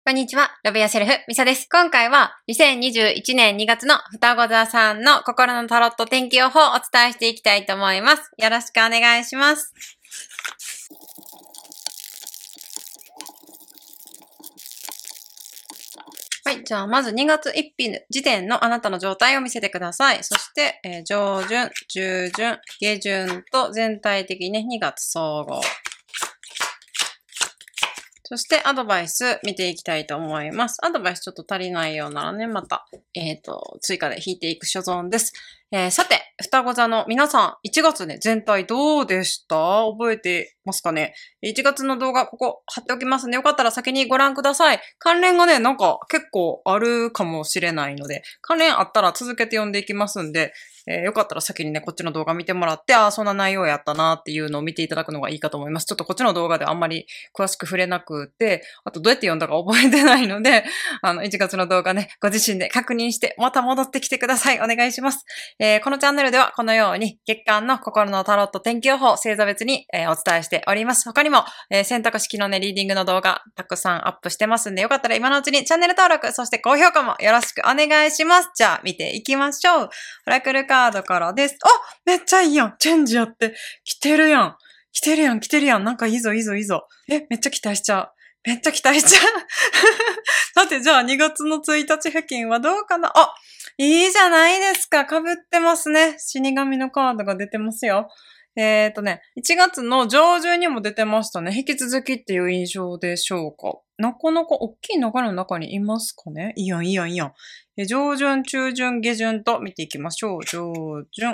こんにちは、ラブやセルフ、ミサです。今回は2021年2月の双子座さんの心のタロット天気予報をお伝えしていきたいと思います。よろしくお願いします。はい、じゃあまず2月1日時点のあなたの状態を見せてください。そして、上旬、中旬、下旬と全体的にね、2月総合。そしてアドバイス見ていきたいと思います。アドバイスちょっと足りないようならね、また、追加で引いていく所存です。さて、双子座の皆さん、1月ね、全体どうでした？覚えてますかね？ 1 月の動画、ここ貼っておきますね。よかったら先にご覧ください。関連がね、なんか結構あるかもしれないので、関連あったら続けて読んでいきますんで、よかったら先にね、こっちの動画見てもらって、そんな内容やったなっていうのを見ていただくのがいいかと思います。ちょっとこっちの動画であんまり詳しく触れなくて、あとどうやって読んだか覚えてないので、1月の動画ね、ご自身で確認して、また戻ってきてください。お願いします。このチャンネルではこのように月間の心のタロット天気予報星座別に、お伝えしております。他にも、選択式のね、リーディングの動画たくさんアップしてますんで、よかったら今のうちにチャンネル登録、そして高評価もよろしくお願いします。じゃあ見ていきましょう。オラクルカードからです。めっちゃいいやん。チェンジやって。来てるやん。来てるやん。なんかいいぞ。めっちゃ期待しちゃう。さて、じゃあ2月の1日付近はどうかな？いいじゃないですか。被ってますね。死神のカードが出てますよ。1月の上旬にも出てましたね。引き続きっていう印象でしょうか。なかなか大きい流れの中にいますかね？いいやん。上旬、中旬、下旬と見ていきましょう。上旬、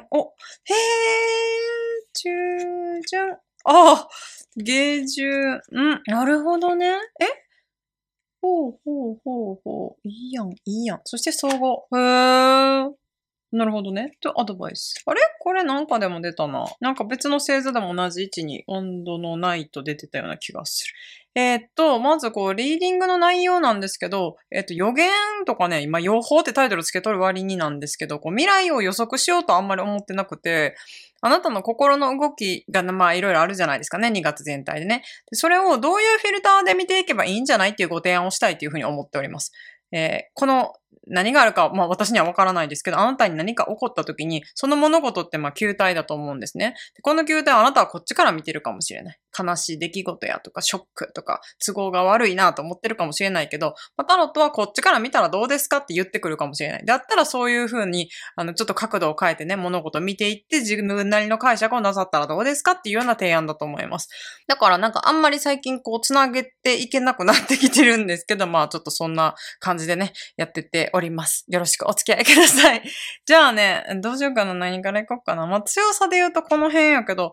中旬、下旬、なるほどね。ほう。いいやん。そして総合。なるほどね。アドバイス。あれこれなんかでも出たな。なんか別の星座でも同じ位置に温度のないと出てたような気がする。まずリーディングの内容なんですけど、予言とかね、今予報ってタイトルつけとる割になんですけど、未来を予測しようとあんまり思ってなくて、あなたの心の動きがいろいろあるじゃないですかね、2月全体でね。でそれをどういうフィルターで見ていけばいいんじゃないっていうご提案をしたいというふうに思っております。この何があるか、私にはわからないですけど、あなたに何か起こった時に、その物事って球体だと思うんですね。でこの球体をあなたはこっちから見てるかもしれない。悲しい出来事やとか、ショックとか、都合が悪いなと思ってるかもしれないけど、タロットはこっちから見たらどうですかって言ってくるかもしれない。だったらそういう風に、ちょっと角度を変えてね、物事を見ていって自分なりの解釈をなさったらどうですかっていうような提案だと思います。だからあんまり最近つなげていけなくなってきてるんですけど、ちょっとそんな感じでね、やってっております。よろしくお付き合いください。じゃあね、どうしようかな。何からいこうかな。強さで言うとこの辺やけど、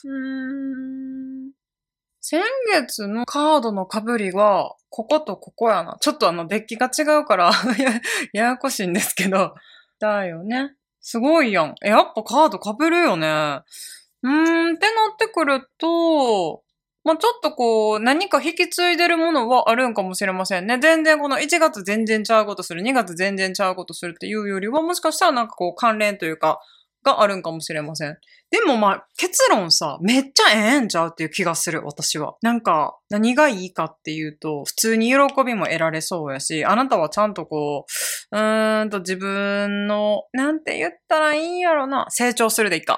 先月のカードの被りが、こことここやな。ちょっとデッキが違うからややこしいんですけど。だよね。すごいやん。やっぱカード被るよね。ってなってくると、ちょっと何か引き継いでるものはあるんかもしれませんね。全然この1月全然ちゃうことする、2月全然ちゃうことするっていうよりは、もしかしたら関連というか、があるんかもしれません。でも結論さ、めっちゃええんちゃうっていう気がする、私は。何がいいかっていうと、普通に喜びも得られそうやし、あなたはちゃんと自分の、なんて言ったらいいんやろな、成長するでいいか。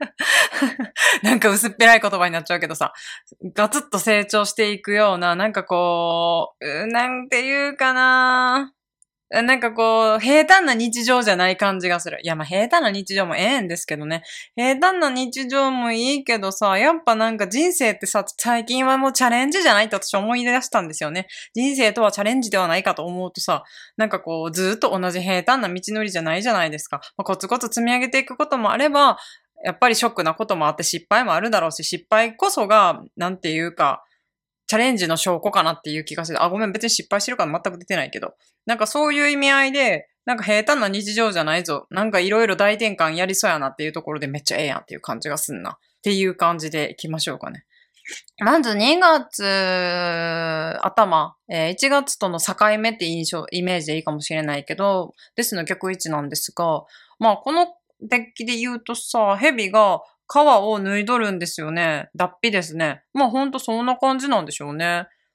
薄っぺらい言葉になっちゃうけどさ、ガツッと成長していくような、なんて言うかな、平坦な日常じゃない感じがする。いや、平坦な日常もええんですけどね。平坦な日常もいいけどさ、やっぱ人生ってさ、最近はもうチャレンジじゃないって私思い出したんですよね。人生とはチャレンジではないかと思うとさ、ずーっと同じ平坦な道のりじゃないじゃないですか。コツコツ積み上げていくこともあれば、やっぱりショックなこともあって失敗もあるだろうし、失敗こそが、なんていうか、チャレンジの証拠かなっていう気がする。ごめん、別に失敗してるから全く出てないけど。そういう意味合いで、平坦な日常じゃないぞ。いろいろ大転換やりそうやなっていうところでめっちゃええやんっていう感じがすんな。っていう感じでいきましょうかね。まず2月頭、1月との境目ってイメージでいいかもしれないけど、ですの逆位置なんですが、このデッキで言うとさ、蛇が皮を脱いどるんですよね。脱皮ですね。ほんとそんな感じなんでしょうね。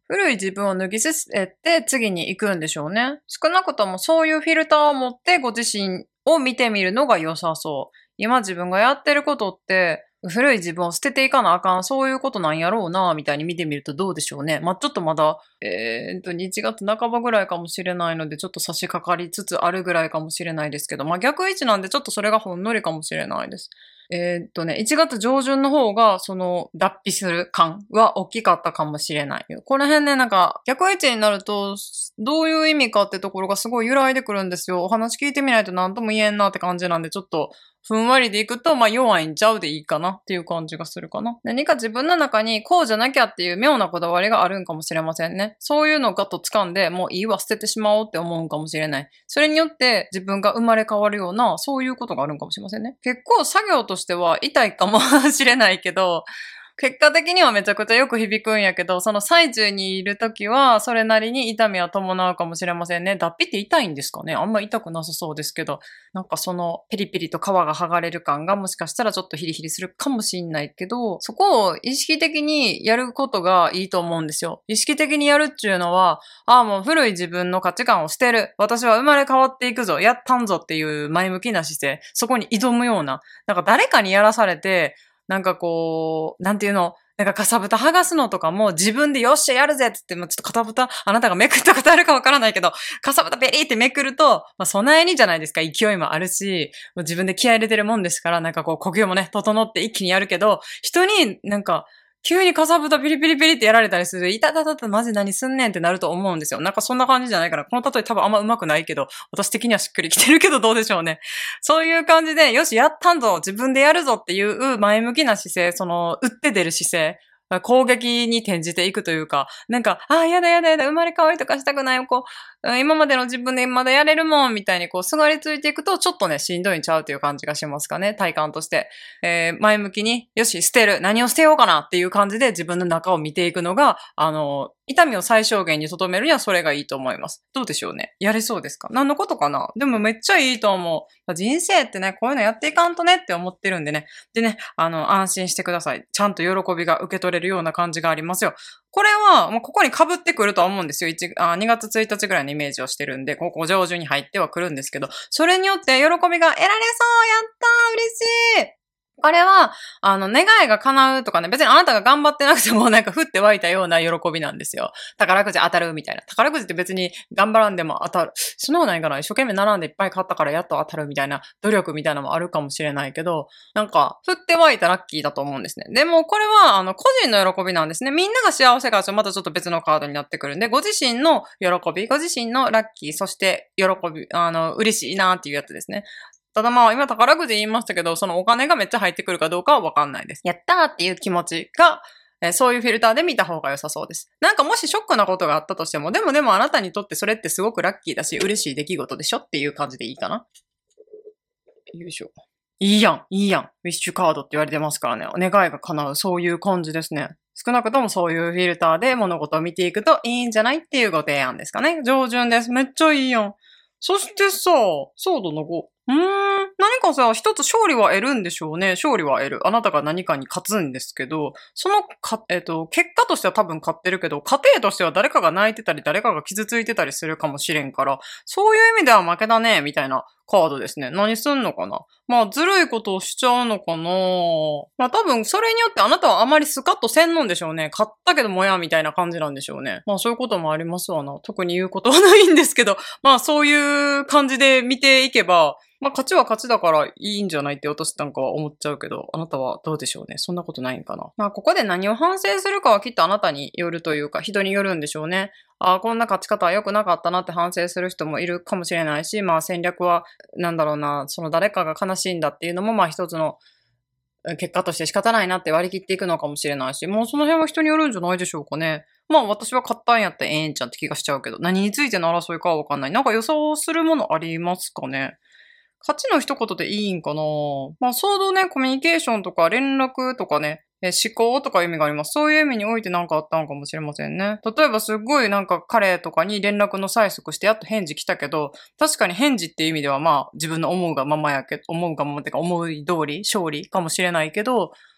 古い自分を脱ぎ捨てて次に行くんでしょうね。少なくともそういうフィルターを持ってご自身を見てみるのが良さそう。今自分がやってることって、古い自分を捨てていかなあかん、そういうことなんやろうな、みたいに見てみるとどうでしょうね。まあ、ちょっとまだ、1月半ばぐらいかもしれないので、ちょっと差し掛かりつつあるぐらいかもしれないですけど、まあ、逆位置なんでちょっとそれがほんのりかもしれないです。1月上旬の方が、その、脱皮する感は大きかったかもしれない。この辺ね、なんか、逆位置になると、どういう意味かってところがすごい揺らいでくるんですよ。お話聞いてみないと何とも言えんなって感じなんで、ちょっと、ふんわりでいくと、まあ、弱いんちゃうでいいかなっていう感じがするかな。何か自分の中にこうじゃなきゃっていう妙なこだわりがあるんかもしれませんね。そういうのをガッと掴んで、もういいわ、捨ててしまおうって思うんかもしれない。それによって自分が生まれ変わるような、そういうことがあるんかもしれませんね。結構作業としては痛いかもしれないけど、結果的にはめちゃくちゃよく響くんやけど、その最中にいるときは、それなりに痛みは伴うかもしれませんね。脱皮って痛いんですかね？あんま痛くなさそうですけど、なんかそのペリペリと皮が剥がれる感がもしかしたらちょっとヒリヒリするかもしんないけど、そこを意識的にやることがいいと思うんですよ。意識的にやるっていうのは、もう古い自分の価値観を捨てる。私は生まれ変わっていくぞ。やったんぞっていう前向きな姿勢。そこに挑むような。なんか誰かにやらされて、なんかこう、なんていうの、なんかかさぶた剥がすのとかも自分でよっしゃやるぜって言って、ちょっとかさぶた、あなたがめくったことあるかわからないけど、かさぶたペリーってめくると、まあ備えにじゃないですか、勢いもあるし、自分で気合い入れてるもんですから、なんかこう呼吸もね、整って一気にやるけど、人になんか、急にかさぶたピリピリピリってやられたりする。いたたたた、マジ何すんねんってなると思うんですよ。なんかそんな感じじゃないから、この例え多分あんま上手くないけど、私的にはしっくりきてるけどどうでしょうね。そういう感じで、よし、やったんぞ、自分でやるぞっていう前向きな姿勢、その、打って出る姿勢、攻撃に転じていくというか、なんか、やだやだやだ、生まれ変わりとかしたくないよ、こう、今までの自分でまだやれるもん、みたいにこう、すがりついていくと、ちょっとね、しんどいんちゃうという感じがしますかね、体感として。前向きに、よし、捨てる、何を捨てようかなっていう感じで自分の中を見ていくのが、痛みを最小限に留めるにはそれがいいと思います。どうでしょうね。やれそうですか？何のことかな？でもめっちゃいいと思う。人生ってね、こういうのやっていかんとねって思ってるんでね。でね、安心してください。ちゃんと喜びが受け取れるような感じがありますよ。これは、もうここに被ってくるとは思うんですよ。2月1日ぐらいのイメージをしてるんで、ここ上旬に入ってはくるんですけど、それによって喜びが得られそう。やったー、嬉しい。これは、願いが叶うとかね、別にあなたが頑張ってなくてもなんか降って湧いたような喜びなんですよ。宝くじ当たるみたいな。宝くじって別に頑張らんでも当たる。そんなことないかな。一生懸命並んでいっぱい買ったからやっと当たるみたいな努力みたいなのもあるかもしれないけど、なんか、降って湧いたラッキーだと思うんですね。でもこれは、個人の喜びなんですね。みんなが幸せからまたちょっと別のカードになってくるんで、ご自身の喜び、ご自身のラッキー、そして喜び、嬉しいなっていうやつですね。ただまあ、今宝くじ言いましたけど、そのお金がめっちゃ入ってくるかどうかはわかんないです。やったーっていう気持ちが、そういうフィルターで見た方が良さそうです。なんかもしショックなことがあったとしても、でもあなたにとってそれってすごくラッキーだし、嬉しい出来事でしょっていう感じでいいかな。よいしょ。いいやん、いいやん。ウィッシュカードって言われてますからね。願いが叶う、そういう感じですね。少なくともそういうフィルターで物事を見ていくといいんじゃないっていうご提案ですかね。上旬です。めっちゃいいやん。そしてさ、ソードの5。何かさ、一つ勝利は得るんでしょうね。勝利は得る。あなたが何かに勝つんですけど、その結果としては多分勝ってるけど、過程としては誰かが泣いてたり、誰かが傷ついてたりするかもしれんから、そういう意味では負けだね、みたいなカードですね。何すんのかな？まあ、ずるいことをしちゃうのかな？まあ、多分、それによってあなたはあまりスカッとせんのんでしょうね。勝ったけどもや、みたいな感じなんでしょうね。まあ、そういうこともありますわな。特に言うことはないんですけど、まあ、そういう感じで見ていけば、まあ、勝ちは勝ちだからいいんじゃないって私なんかは思っちゃうけど、あなたはどうでしょうね。そんなことないんかな。まあ、ここで何を反省するかはきっとあなたによるというか、人によるんでしょうね。こんな勝ち方は良くなかったなって反省する人もいるかもしれないし、まあ戦略は、なんだろうな、その誰かが悲しいんだっていうのも、まあ一つの結果として仕方ないなって割り切っていくのかもしれないし、もうその辺は人によるんじゃないでしょうかね。まあ私は勝ったんやったらええんちゃんって気がしちゃうけど、何についての争いかはわかんない。なんか予想するものありますかね。勝ちの一言でいいんかな。まあ、相動ね、コミュニケーションとか連絡とかね、思考とかいう意味があります。そういう意味においてなんかあったのかもしれませんね。例えばすっごいなんか彼とかに連絡の催促してやっと返事来たけど、確かに返事っていう意味ではまあ自分の思うがままやけど、思うがままってか思い通り、勝利かもしれないけど、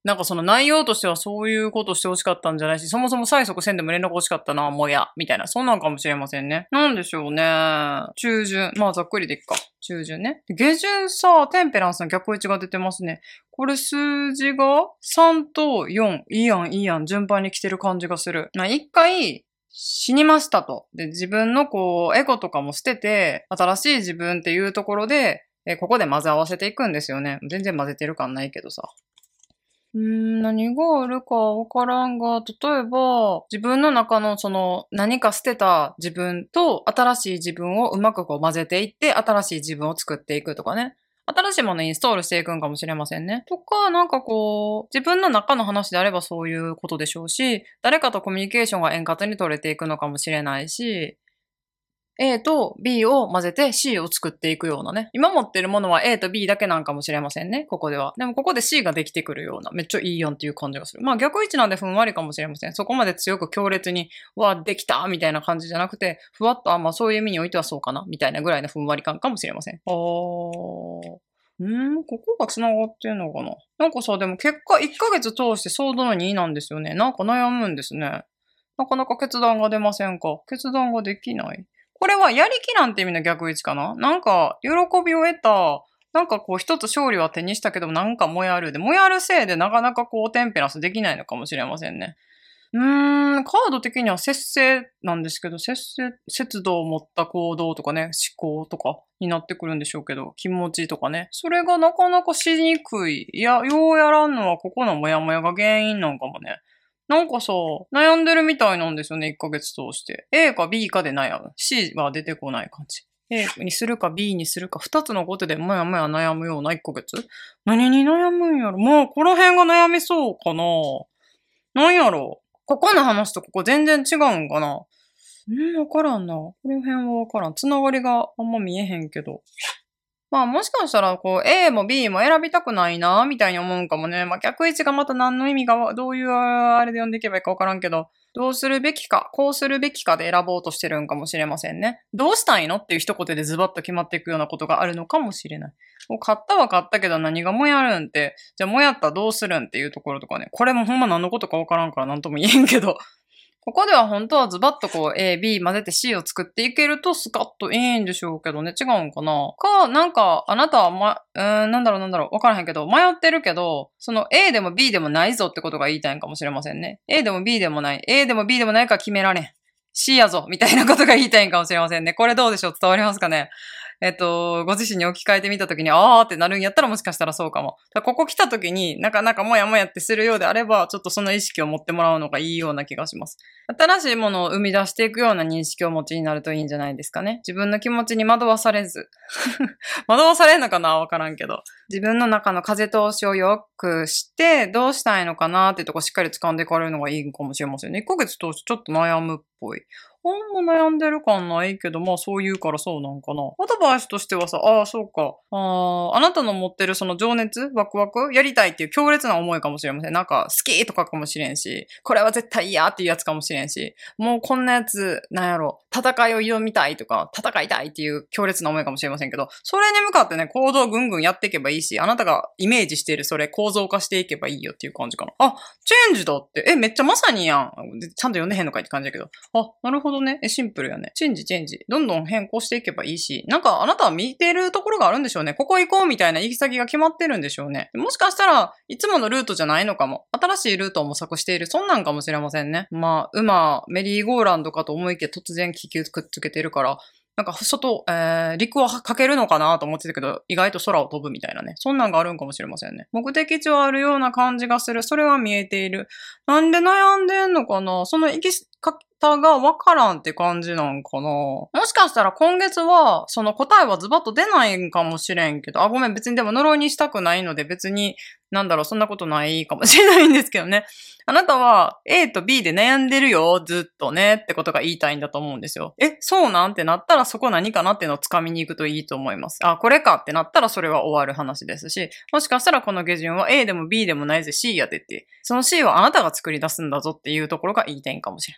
なんかその内容としてはそういうことして欲しかったんじゃないし、そもそも催促せんでも連絡欲しかったな、もや、みたいな。そんなんかもしれませんね。なんでしょうね。中旬。まあざっくりでいっか。中旬ね。下旬さ、テンペランスの逆位置が出てますね。これ数字が3と4。いいやん、いいやん。順番に来てる感じがする。まあ一回、死にましたと。で、自分のこう、エゴとかも捨てて、新しい自分っていうところで、ここで混ぜ合わせていくんですよね。全然混ぜてる感ないけどさ。何があるかわからんが、例えば、自分の中のその何か捨てた自分と新しい自分をうまくこう混ぜていって、新しい自分を作っていくとかね。新しいものインストールしていくんかもしれませんね。とか、なんかこう、自分の中の話であればそういうことでしょうし、誰かとコミュニケーションが円滑に取れていくのかもしれないし、A と B を混ぜて C を作っていくようなね。今持ってるものは A と B だけなんかもしれませんね。ここでは。でもここで C ができてくるような。めっちゃいいやんっていう感じがする。まあ逆位置なんでふんわりかもしれません。そこまで強く強烈に、わ、できたみたいな感じじゃなくて、ふわっと、まあそういう意味においてはそうかなみたいなぐらいのふんわり感かもしれません。ここが繋がってんのかな。なんかさ、でも結果1ヶ月通してソードの2なんですよね。なんか悩むんですね。なかなか決断が出ませんか？決断ができない。これはやりきなんて意味の逆位置かな？なんか、喜びを得た、なんかこう一つ勝利は手にしたけど、なんかもやるで、もやるせいでなかなかこうテンペランスできないのかもしれませんね。カード的には節制なんですけど、節度を持った行動とかね、思考とかになってくるんでしょうけど、気持ちとかね。それがなかなかしにくい。いや、ようやらんのはここのモヤモヤが原因なんかもね。なんかさ、悩んでるみたいなんですよね、1ヶ月通して。A か B かで悩む。C は出てこない感じ。A にするか B にするか、2つのことでもやもや悩むような1ヶ月。何に悩むんやろ？もうこの辺が悩みそうかな。なんやろ？ここの話とここ全然違うんかな。わからんな。この辺はわからん。つながりがあんま見えへんけど。まあもしかしたら、こう、A も B も選びたくないな、みたいに思うんかもね。まあ逆位置がまた何の意味が、どういうあれで読んでいけばいいかわからんけど、どうするべきか、こうするべきかで選ぼうとしてるんかもしれませんね。どうしたいのっていう一言でズバッと決まっていくようなことがあるのかもしれない。もう買ったは買ったけど何がもやるんって、じゃあもやったらどうするんっていうところとかね。これもほんま何のことかわからんから何とも言えんけど。ここでは本当はズバッとこう A、B 混ぜて C を作っていけるとスカッといいんでしょうけどね。違うんかななんか、あなたはなんだろう、わからへんけど、迷ってるけど、その A でも B でもないぞってことが言いたいんかもしれませんね。A でも B でもない。A でも B でもないから決められん。C やぞみたいなことが言いたいんかもしれませんね。これどうでしょう？伝わりますかね？ご自身に置き換えてみたときに、あーってなるんやったらもしかしたらそうかも。ここ来たときになかなかもやもやってするようであれば、ちょっとその意識を持ってもらうのがいいような気がします。新しいものを生み出していくような認識をお持ちになるといいんじゃないですかね。自分の気持ちに惑わされず。惑わされんのかな？わからんけど。自分の中の風通しをよくして、どうしたいのかなっていうとこしっかり掴んでいかれるのがいいかもしれませんね。1ヶ月通してちょっと悩むっぽい。ほんま悩んでる感ないけど、まあそう言うからそうなんかな。アドバイスとしてはさ、そうか。あなたの持ってるその情熱、ワクワク、やりたいっていう強烈な思いかもしれません。なんか好きとかかもしれんし、これは絶対嫌っていうやつかもしれんし、もうこんなやつ、なんやろ、戦いを挑みたいとか、戦いたいっていう強烈な思いかもしれませんけど、それに向かってね、行動をぐんぐんやっていけばいいし、あなたがイメージしているそれ構造化していけばいいよっていう感じかな。チェンジだって。めっちゃまさにやん。ちゃんと読んでへんのかいって感じだけど。なるほどね。シンプルやね。チェンジ。どんどん変更していけばいいし、なんかあなたは見てるところがあるんでしょうね。ここ行こうみたいな行き先が決まってるんでしょうね。もしかしたらいつものルートじゃないのかも。新しいルートを模索している。そんなんかもしれませんね。まあ、メリーゴーランドかと思いきや突然気球くっつけてるから、なんか陸をかけるのかなと思ってたけど、意外と空を飛ぶみたいなね。そんなんがあるんかもしれませんね。目的地はあるような感じがする。それは見えている。なんで悩んでんのかな？その行き方がわからんって感じなんかな？もしかしたら今月は、その答えはズバッと出ないんかもしれんけど、ごめん、別にでも呪いにしたくないので別に、そんなことないかもしれないんですけどね。あなたは A と B で悩んでるよ、ずっとね、ってことが言いたいんだと思うんですよ。そうなんってなったらそこ何かなっていうのを掴みに行くといいと思います。これかってなったらそれは終わる話ですし、もしかしたらこの下旬は A でも B でもないぜ C やでって、その C はあなたが作り出すんだぞっていうところがいい点かもしれん。あなたの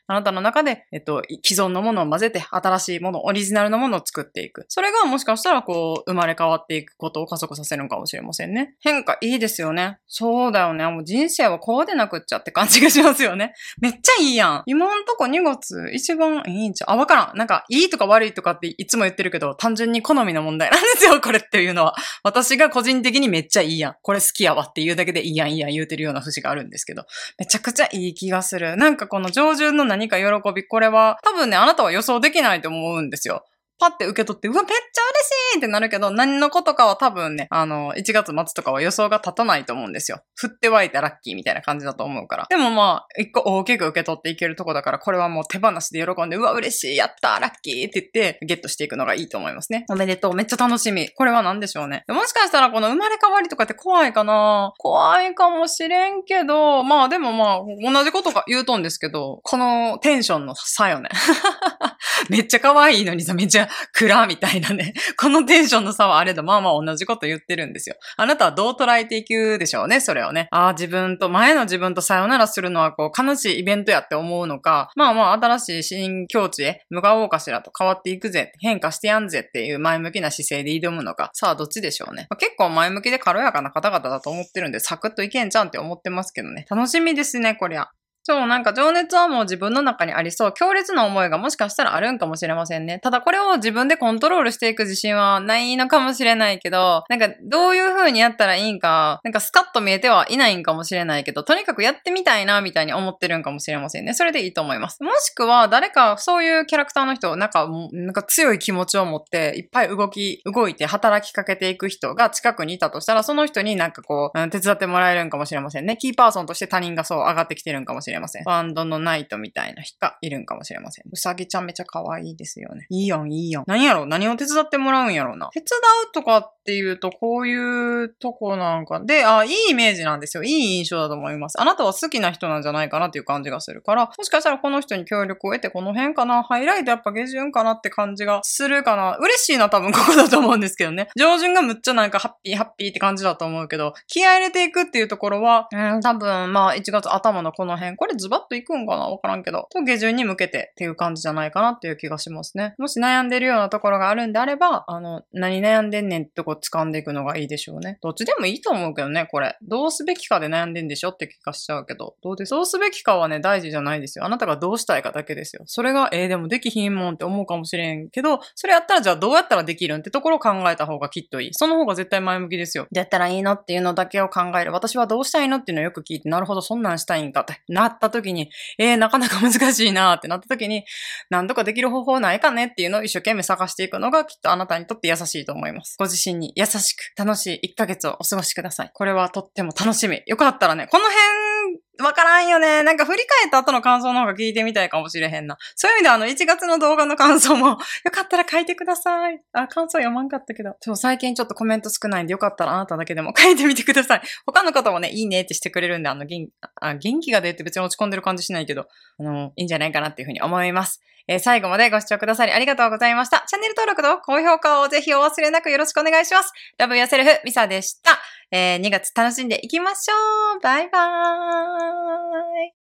中で、既存のものを混ぜて、新しいもの、オリジナルのものを作っていく。それがもしかしたら、こう、生まれ変わっていくことを加速させるのかもしれませんね。変化いいですよね。そうだよね。もう人生はこうでなくっちゃって感じがしますよね。めっちゃいいやん。今んとこ2月一番いいんちゃう？わからん。なんか、いいとか悪いとかっていつも言ってるけど、単純に好みの問題なんですよ、これっていうのは。私が個人的にめっちゃいいやん。これ好きやわっていうだけでいいやん言うてるような節があるんですけど、めちゃくちゃいい気がする。なんかこの上旬の何か喜び、これは多分ね、あなたは予想できないと思うんですよ。パッて受け取って、うわ、めっちゃ嬉しいってなるけど、何のことかは多分ね、1月末とかは予想が立たないと思うんですよ。振って湧いたラッキーみたいな感じだと思うから。でもまあ、一個大きく受け取っていけるとこだから、これはもう手放しで喜んで、うわ、嬉しい、やったー、ラッキーって言って、ゲットしていくのがいいと思いますね。おめでとう、めっちゃ楽しみ。これは何でしょうね。もしかしたらこの生まれ変わりとかって怖いかな？怖いかもしれんけど、まあでもまあ、同じことか言うとんですけど、このテンションの差よね。めっちゃ可愛いのにさ、めっちゃ暗みたいなね。このテンションの差はあれど、まあまあ同じこと言ってるんですよ。あなたはどう捉えていくでしょうね、それをね。前の自分とさよならするのはこう悲しいイベントやって思うのか、まあまあ新しい新境地へ向かおうかしらと、変わっていくぜ、変化してやんぜっていう前向きな姿勢で挑むのか、さあどっちでしょうね。結構前向きで軽やかな方々だと思ってるんで、サクッといけんじゃんって思ってますけどね。楽しみですね、こりゃ。そう、なんか情熱はもう自分の中にありそう。強烈な思いがもしかしたらあるんかもしれませんね。ただこれを自分でコントロールしていく自信はないのかもしれないけど、なんかどういう風にやったらいいんか、なんかスカッと見えてはいないんかもしれないけど、とにかくやってみたいなみたいに思ってるんかもしれませんね。それでいいと思います。もしくは誰かそういうキャラクターの人、なんか強い気持ちを持っていっぱい動いて働きかけていく人が近くにいたとしたら、その人になんかこう、手伝ってもらえるんかもしれませんね。キーパーソンとして他人がそう上がってきてるんかもしれません。バンドのナイトみたいな人がいるんかもしれません。うさぎちゃんめちゃ可愛いですよね。いいやん、いいやん。何やろ？何を手伝ってもらうんやろうな。手伝うとかっていうと、こういうとこなんかで、いいイメージなんですよ。いい印象だと思います。あなたは好きな人なんじゃないかなっていう感じがするから、もしかしたらこの人に協力を得て、この辺かな、ハイライトやっぱ下旬かなって感じがするかな。嬉しいな、多分ここだと思うんですけどね。上旬がむっちゃなんかハッピーって感じだと思うけど、気合入れていくっていうところは、多分まあ1月頭のこの辺、これズバッといくんかな、わからんけど、下旬に向けてっていう感じじゃないかなっていう気がしますね。もし悩んでるようなところがあるんであれば、何悩んでんねんってとこ掴んでいくのがいいでしょうね。どっちでもいいと思うけどね、これ。どうすべきかで悩んでんでしょって気がしちゃうけど、どうすべきかはね、大事じゃないですよ。あなたがどうしたいかだけですよ。それが、でもできひんもんって思うかもしれんけど、それやったらじゃあどうやったらできるんってところを考えた方がきっといい。その方が絶対前向きですよ。どうやったらいいのっていうのだけを考える。私はどうしたいのっていうのをよく聞いて、なるほど、そんなんしたいんかってなった時に、なかなか難しいなーってなった時に、何とかできる方法ないかねっていうのを一生懸命探していくのがきっとあなたにとって優しいと思います。ご自身に優しく楽しい1ヶ月をお過ごしください。これはとっても楽しみ。よかったらね、この辺、わからんよね。なんか振り返った後の感想の方が聞いてみたいかもしれへんな。そういう意味で1月の動画の感想もよかったら書いてください。感想読まんかったけど。最近ちょっとコメント少ないんでよかったらあなただけでも書いてみてください。他の方もね、いいねってしてくれるんで、元気が出て別に落ち込んでる感じしないけど、いいんじゃないかなっていうふうに思います。最後までご視聴くださりありがとうございました。チャンネル登録と高評価をぜひお忘れなくよろしくお願いします。ラブやセルフ、ミサでした。2月楽しんでいきましょう。バイバーイ。